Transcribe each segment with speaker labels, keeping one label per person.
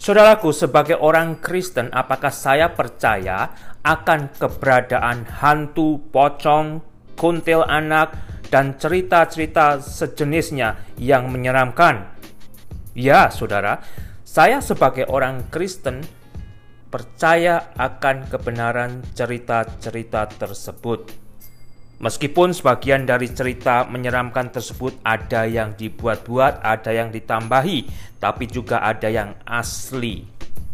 Speaker 1: Saudaraku, sebagai orang Kristen, apakah saya percaya akan keberadaan hantu, pocong, kuntilanak, dan cerita-cerita sejenisnya yang menyeramkan? Ya, saudara, saya sebagai orang Kristen percaya akan kebenaran cerita-cerita tersebut. Meskipun sebagian dari cerita menyeramkan tersebut ada yang dibuat-buat, ada yang ditambahi, tapi juga ada yang asli.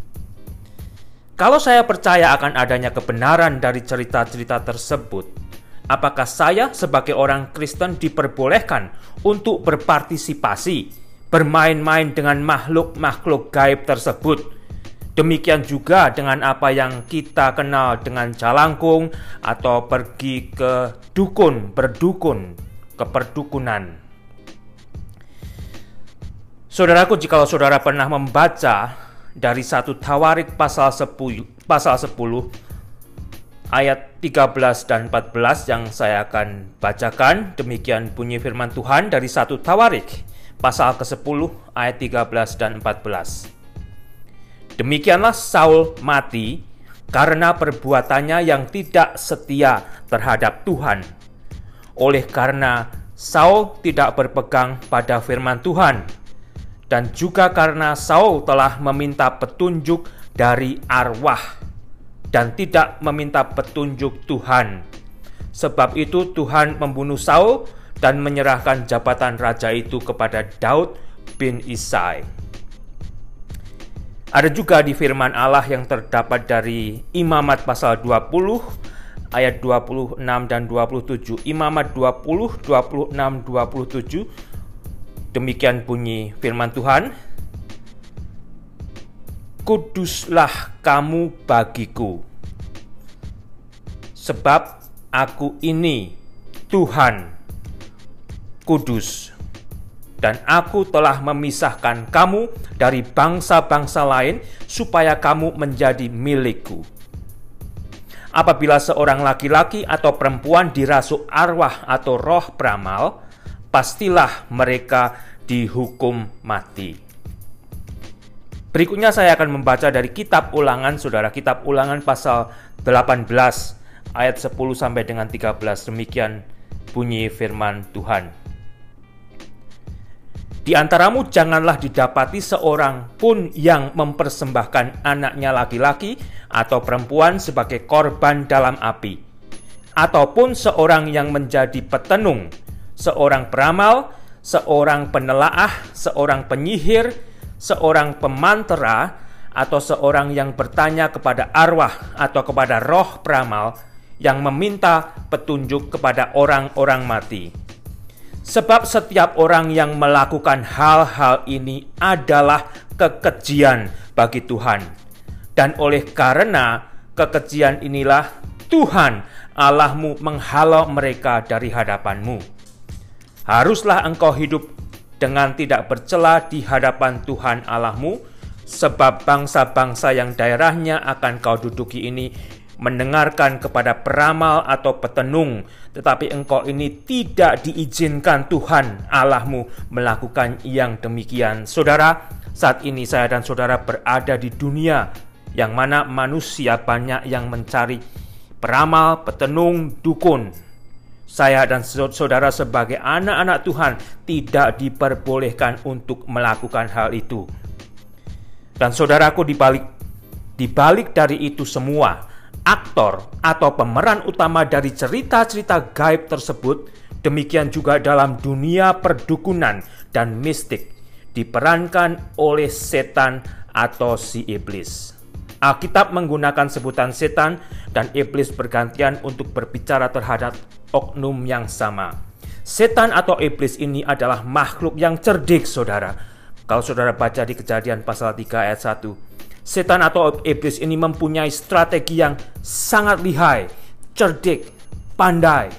Speaker 1: Kalau saya percaya akan adanya kebenaran dari cerita-cerita tersebut, apakah saya sebagai orang Kristen diperbolehkan untuk berpartisipasi, bermain-main dengan makhluk-makhluk gaib tersebut? Demikian juga dengan apa yang kita kenal dengan jalangkung atau pergi ke dukun, berdukun, ke perdukunan. Saudaraku, jikalau saudara pernah membaca dari 1 Tawarik pasal 10 ayat 13 dan 14 yang saya akan bacakan, demikian bunyi firman Tuhan dari 1 Tawarik pasal ke-10 ayat 13 dan 14. Demikianlah Saul mati karena perbuatannya yang tidak setia terhadap Tuhan. Oleh karena Saul tidak berpegang pada firman Tuhan, dan juga karena Saul telah meminta petunjuk dari arwah dan tidak meminta petunjuk Tuhan. Sebab itu Tuhan membunuh Saul dan menyerahkan jabatan raja itu kepada Daud bin Isai. Ada juga di firman Allah yang terdapat dari Imamat pasal 20 ayat 26 dan 27. Imamat 20, 26, 27. Demikian bunyi firman Tuhan. Kuduslah kamu bagiku, sebab aku ini Tuhan kudus. Dan aku telah memisahkan kamu dari bangsa-bangsa lain supaya kamu menjadi milikku. Apabila seorang laki-laki atau perempuan dirasuk arwah atau roh peramal, pastilah mereka dihukum mati. Berikutnya saya akan membaca dari kitab Ulangan, saudara. Kitab Ulangan pasal 18 ayat 10 sampai dengan 13. Demikian bunyi firman Tuhan. Di antaramu janganlah didapati seorang pun yang mempersembahkan anaknya laki-laki atau perempuan sebagai korban dalam api, ataupun seorang yang menjadi petenung, seorang peramal, seorang penelaah, seorang penyihir, seorang pemantera, atau seorang yang bertanya kepada arwah atau kepada roh peramal yang meminta petunjuk kepada orang-orang mati. Sebab setiap orang yang melakukan hal-hal ini adalah kekejian bagi Tuhan. Dan oleh karena kekejian inilah Tuhan Allahmu menghalau mereka dari hadapanmu. Haruslah engkau hidup dengan tidak bercela di hadapan Tuhan Allahmu, sebab bangsa-bangsa yang daerahnya akan kau duduki ini mendengarkan kepada peramal atau petenung, tetapi engkau ini tidak diizinkan Tuhan Allahmu melakukan yang demikian. Saudara, saat ini saya dan saudara berada di dunia yang mana manusia banyak yang mencari peramal, petenung, dukun. Saya dan saudara sebagai anak-anak Tuhan tidak diperbolehkan untuk melakukan hal itu. Dan saudaraku, dibalik dari itu semua, aktor atau pemeran utama dari cerita-cerita gaib tersebut, demikian juga dalam dunia perdukunan dan mistik, diperankan oleh setan atau si iblis. Alkitab menggunakan sebutan setan dan iblis bergantian untuk berbicara terhadap oknum yang sama. Setan atau iblis ini adalah makhluk yang cerdik, saudara. Kalau saudara baca di Kejadian pasal 3 ayat 1, setan atau iblis ini mempunyai strategi yang sangat lihai, cerdik, pandai.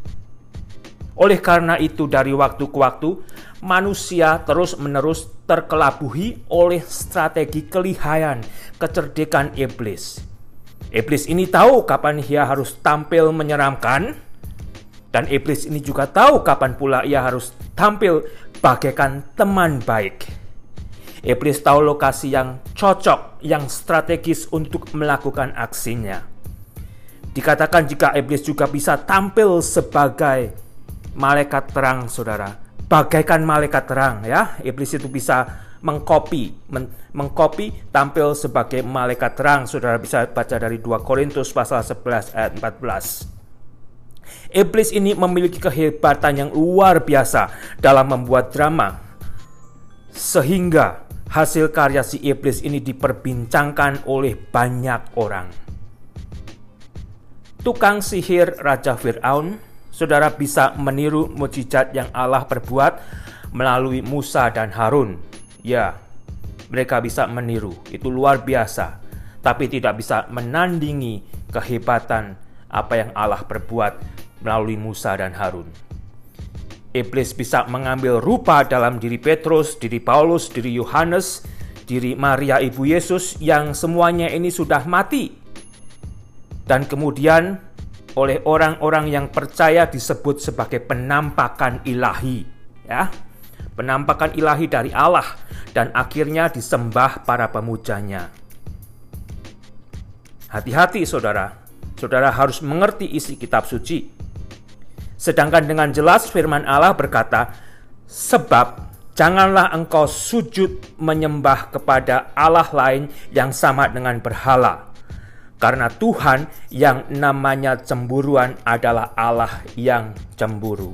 Speaker 1: Oleh karena itu, dari waktu ke waktu, manusia terus-menerus terkelabuhi oleh strategi kelihayan, kecerdikan iblis. Iblis ini tahu kapan ia harus tampil menyeramkan, dan iblis ini juga tahu kapan pula ia harus tampil bagaikan teman baik. Iblis tahu lokasi yang cocok, yang strategis untuk melakukan aksinya. Dikatakan jika iblis juga bisa tampil sebagai malaikat terang, saudara. Bagaikan malaikat terang, ya. Iblis itu bisa mengcopy tampil sebagai malaikat terang. Saudara bisa baca dari 2 Korintus pasal 11 ayat 14. Iblis ini memiliki kehebatan yang luar biasa dalam membuat drama, sehingga hasil karya si iblis ini diperbincangkan oleh banyak orang. Tukang sihir Raja Fir'aun, saudara, bisa meniru mukjizat yang Allah perbuat melalui Musa dan Harun. Ya, mereka bisa meniru, itu luar biasa, tapi tidak bisa menandingi kehebatan apa yang Allah perbuat melalui Musa dan Harun. Iblis bisa mengambil rupa dalam diri Petrus, diri Paulus, diri Yohanes, diri Maria ibu Yesus yang semuanya ini sudah mati. Dan kemudian oleh orang-orang yang percaya disebut sebagai penampakan ilahi, ya. Penampakan ilahi dari Allah, dan akhirnya disembah para pemujanya. Hati-hati, saudara. Saudara harus mengerti isi kitab suci. Sedangkan dengan jelas firman Allah berkata, "Sebab janganlah engkau sujud menyembah kepada Allah lain yang sama dengan berhala. Karena Tuhan yang namanya cemburuan adalah Allah yang cemburu."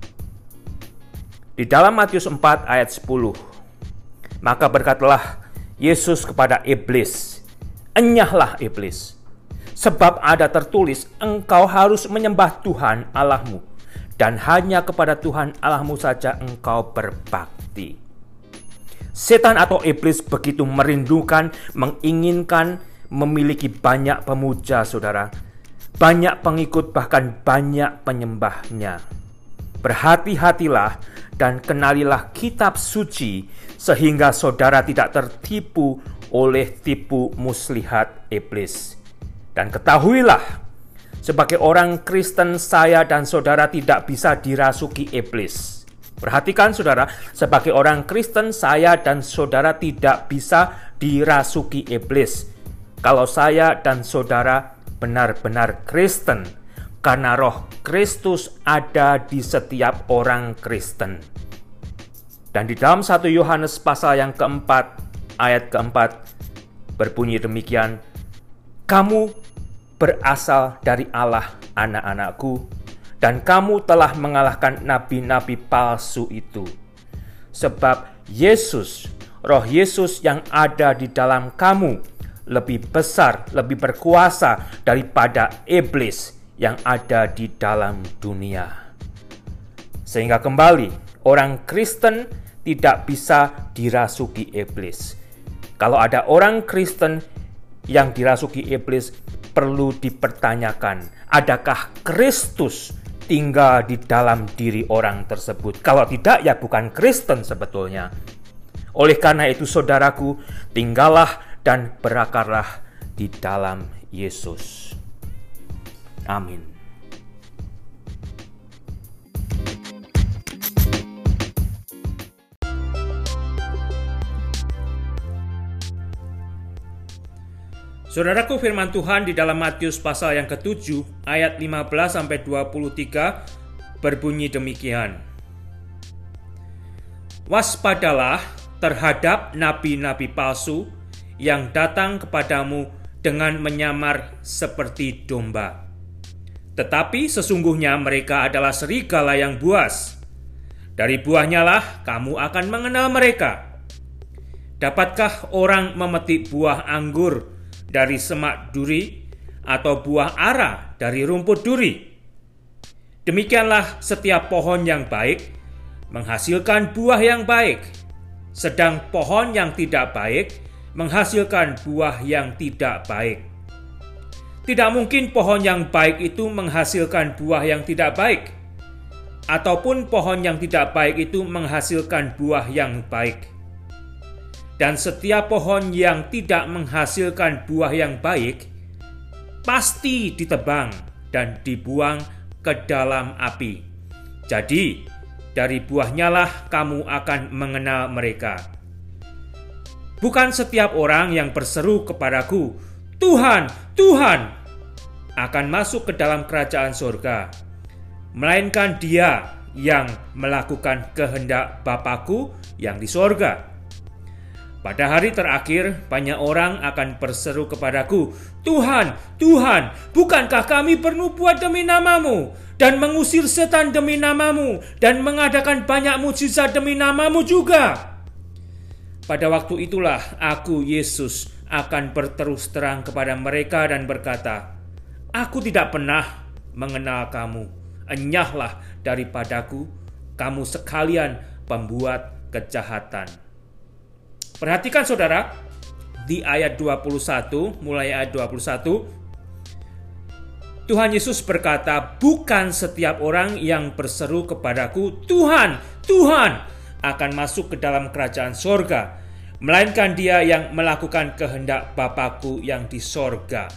Speaker 1: Di dalam Matius 4 ayat 10, maka berkatalah Yesus kepada iblis, "Enyahlah iblis, sebab ada tertulis, engkau harus menyembah Tuhan Allahmu, dan hanya kepada Tuhan Allahmu saja engkau berbakti." Setan atau iblis begitu merindukan, menginginkan memiliki banyak pemuja, saudara, banyak pengikut, bahkan banyak penyembahnya. Berhati-hatilah dan kenalilah kitab suci sehingga saudara tidak tertipu oleh tipu muslihat iblis. Dan ketahuilah, sebagai orang Kristen, saya dan saudara tidak bisa dirasuki iblis. Perhatikan, saudara, sebagai orang Kristen, saya dan saudara tidak bisa dirasuki iblis. Kalau saya dan saudara benar-benar Kristen, karena Roh Kristus ada di setiap orang Kristen. Dan di dalam 1 Yohanes pasal yang keempat, ayat keempat, berbunyi demikian, "Kamu berasal dari Allah, anak-anakku, dan kamu telah mengalahkan nabi-nabi palsu itu. Sebab Yesus, Roh Yesus yang ada di dalam kamu, lebih besar, lebih berkuasa daripada iblis yang ada di dalam dunia." Sehingga kembali, orang Kristen tidak bisa dirasuki iblis. Kalau ada orang Kristen yang dirasuki iblis, perlu dipertanyakan, adakah Kristus tinggal di dalam diri orang tersebut? Kalau tidak, ya bukan Kristen sebetulnya. Oleh karena itu, saudaraku, tinggallah dan berakarlah di dalam Yesus. Amin. Saudaraku, firman Tuhan di dalam Matius pasal yang ke-7 ayat 15-23 berbunyi demikian. "Waspadalah terhadap nabi-nabi palsu yang datang kepadamu dengan menyamar seperti domba. Tetapi sesungguhnya mereka adalah serigala yang buas. Dari buahnya lah kamu akan mengenal mereka. Dapatkah orang memetik buah anggur dari semak duri atau buah ara dari rumput duri? Demikianlah setiap pohon yang baik menghasilkan buah yang baik, sedang pohon yang tidak baik menghasilkan buah yang tidak baik. Tidak mungkin pohon yang baik itu menghasilkan buah yang tidak baik, ataupun pohon yang tidak baik itu menghasilkan buah yang baik. Dan setiap pohon yang tidak menghasilkan buah yang baik pasti ditebang dan dibuang ke dalam api. Jadi, dari buahnya lah kamu akan mengenal mereka. Bukan setiap orang yang berseru kepadaku, Tuhan, Tuhan, akan masuk ke dalam kerajaan surga, melainkan dia yang melakukan kehendak Bapa-Ku yang di sorga. Pada hari terakhir, banyak orang akan berseru kepadaku, Tuhan, Tuhan, bukankah kami bernubuat demi namamu, dan mengusir setan demi namamu, dan mengadakan banyak mukjizat demi namamu juga? Pada waktu itulah aku, Yesus, akan berterus terang kepada mereka dan berkata, Aku tidak pernah mengenal kamu. Enyahlah daripadaku, kamu sekalian pembuat kejahatan. Perhatikan saudara, di ayat 21, mulai ayat 21, Tuhan Yesus berkata, bukan setiap orang yang berseru kepadaku, Tuhan, Tuhan, akan masuk ke dalam kerajaan sorga, melainkan dia yang melakukan kehendak Bapa-Ku yang di sorga.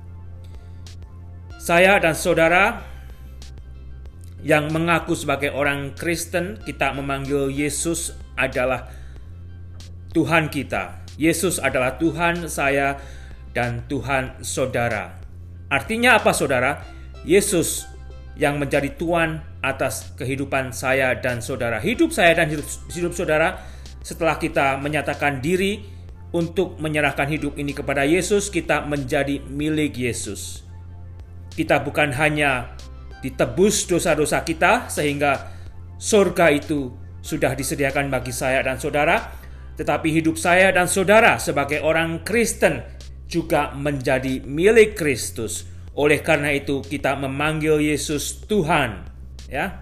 Speaker 1: Saya dan saudara yang mengaku sebagai orang Kristen, kita memanggil Yesus adalah Tuhan kita. Yesus adalah Tuhan saya dan Tuhan saudara. Artinya apa saudara? Yesus yang menjadi Tuhan atas kehidupan saya dan saudara. Hidup saya dan hidup saudara, setelah kita menyatakan diri untuk menyerahkan hidup ini kepada Yesus, kita menjadi milik Yesus. Kita bukan hanya ditebus dosa-dosa kita sehingga surga itu sudah disediakan bagi saya dan saudara, tetapi hidup saya dan saudara sebagai orang Kristen juga menjadi milik Kristus. Oleh karena itu kita memanggil Yesus Tuhan, ya.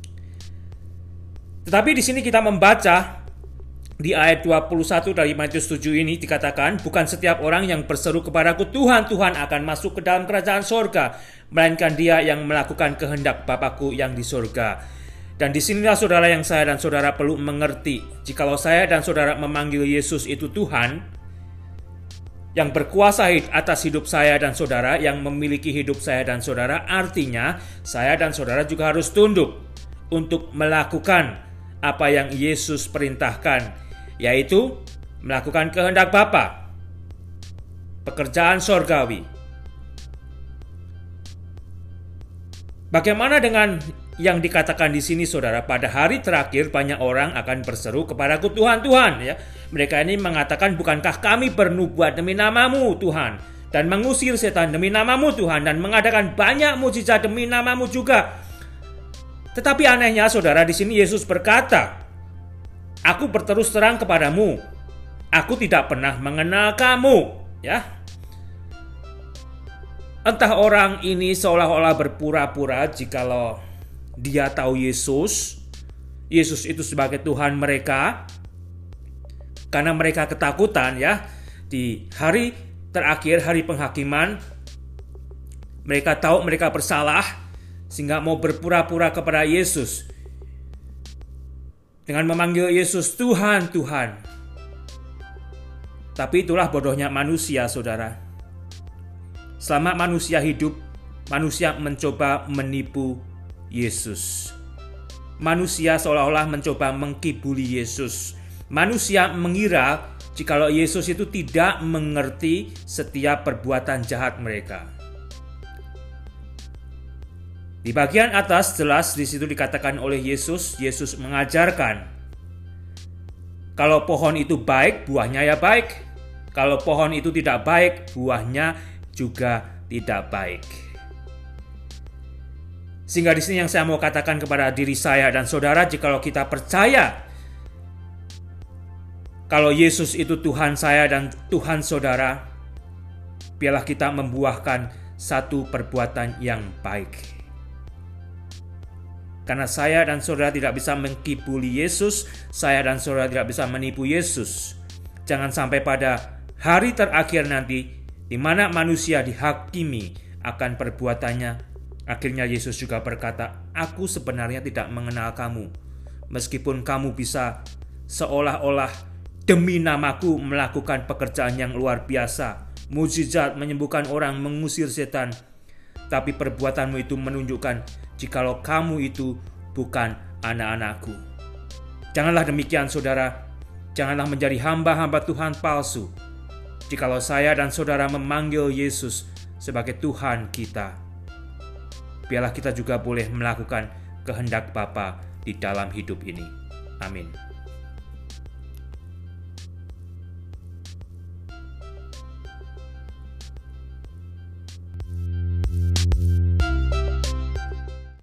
Speaker 1: Tetapi di sini kita membaca di ayat 21 dari Matius 7 ini dikatakan, bukan setiap orang yang berseru kepadaku, Tuhan, Tuhan, akan masuk ke dalam kerajaan sorga, melainkan dia yang melakukan kehendak Bapa-Ku yang di sorga. Dan disinilah saudara yang saya dan saudara perlu mengerti, jikalau saya dan saudara memanggil Yesus itu Tuhan, yang berkuasa atas hidup saya dan saudara, yang memiliki hidup saya dan saudara, artinya saya dan saudara juga harus tunduk untuk melakukan apa yang Yesus perintahkan, yaitu melakukan kehendak Bapa, pekerjaan sorgawi. Bagaimana dengan yang dikatakan di sini saudara, pada hari terakhir banyak orang akan berseru kepadaku, Tuhan, Tuhan, ya. Mereka ini mengatakan, bukankah kami bernubuat demi namamu Tuhan, dan mengusir setan demi namamu Tuhan, dan mengadakan banyak mukjizat demi namamu juga. Tetapi anehnya saudara, di sini Yesus berkata, Aku berterus terang kepadamu, aku tidak pernah mengenal kamu, ya. Entah orang ini seolah-olah berpura-pura jikalau dia tahu Yesus itu sebagai Tuhan mereka, karena mereka ketakutan, ya. Di hari terakhir, hari penghakiman, mereka tahu mereka bersalah sehingga mau berpura-pura kepada Yesus dengan memanggil Yesus Tuhan, Tuhan. Tapi itulah bodohnya manusia, saudara. Selama manusia hidup, manusia mencoba menipu Yesus. Manusia seolah-olah mencoba mengkibuli Yesus. Manusia mengira jikalau Yesus itu tidak mengerti setiap perbuatan jahat mereka. Di bagian atas jelas di situ dikatakan oleh Yesus mengajarkan, kalau pohon itu baik, buahnya ya baik. Kalau pohon itu tidak baik, buahnya juga tidak baik. Sehingga di sini yang saya mau katakan kepada diri saya dan saudara, jikalau kita percaya kalau Yesus itu Tuhan saya dan Tuhan saudara, biarlah kita membuahkan satu perbuatan yang baik. Karena saya dan saudara tidak bisa mengkibuli Yesus, saya dan saudara tidak bisa menipu Yesus. Jangan sampai pada hari terakhir nanti, di mana manusia dihakimi akan perbuatannya, akhirnya Yesus juga berkata, Aku sebenarnya tidak mengenal kamu, meskipun kamu bisa seolah-olah demi namaku melakukan pekerjaan yang luar biasa, mukjizat, menyembuhkan orang, mengusir setan, tapi perbuatanmu itu menunjukkan jikalau kamu itu bukan anak-anakku. Janganlah demikian saudara. Janganlah menjadi hamba-hamba Tuhan palsu. Jikalau saya dan saudara memanggil Yesus sebagai Tuhan kita, biarlah kita juga boleh melakukan kehendak Bapa di dalam hidup ini. Amin.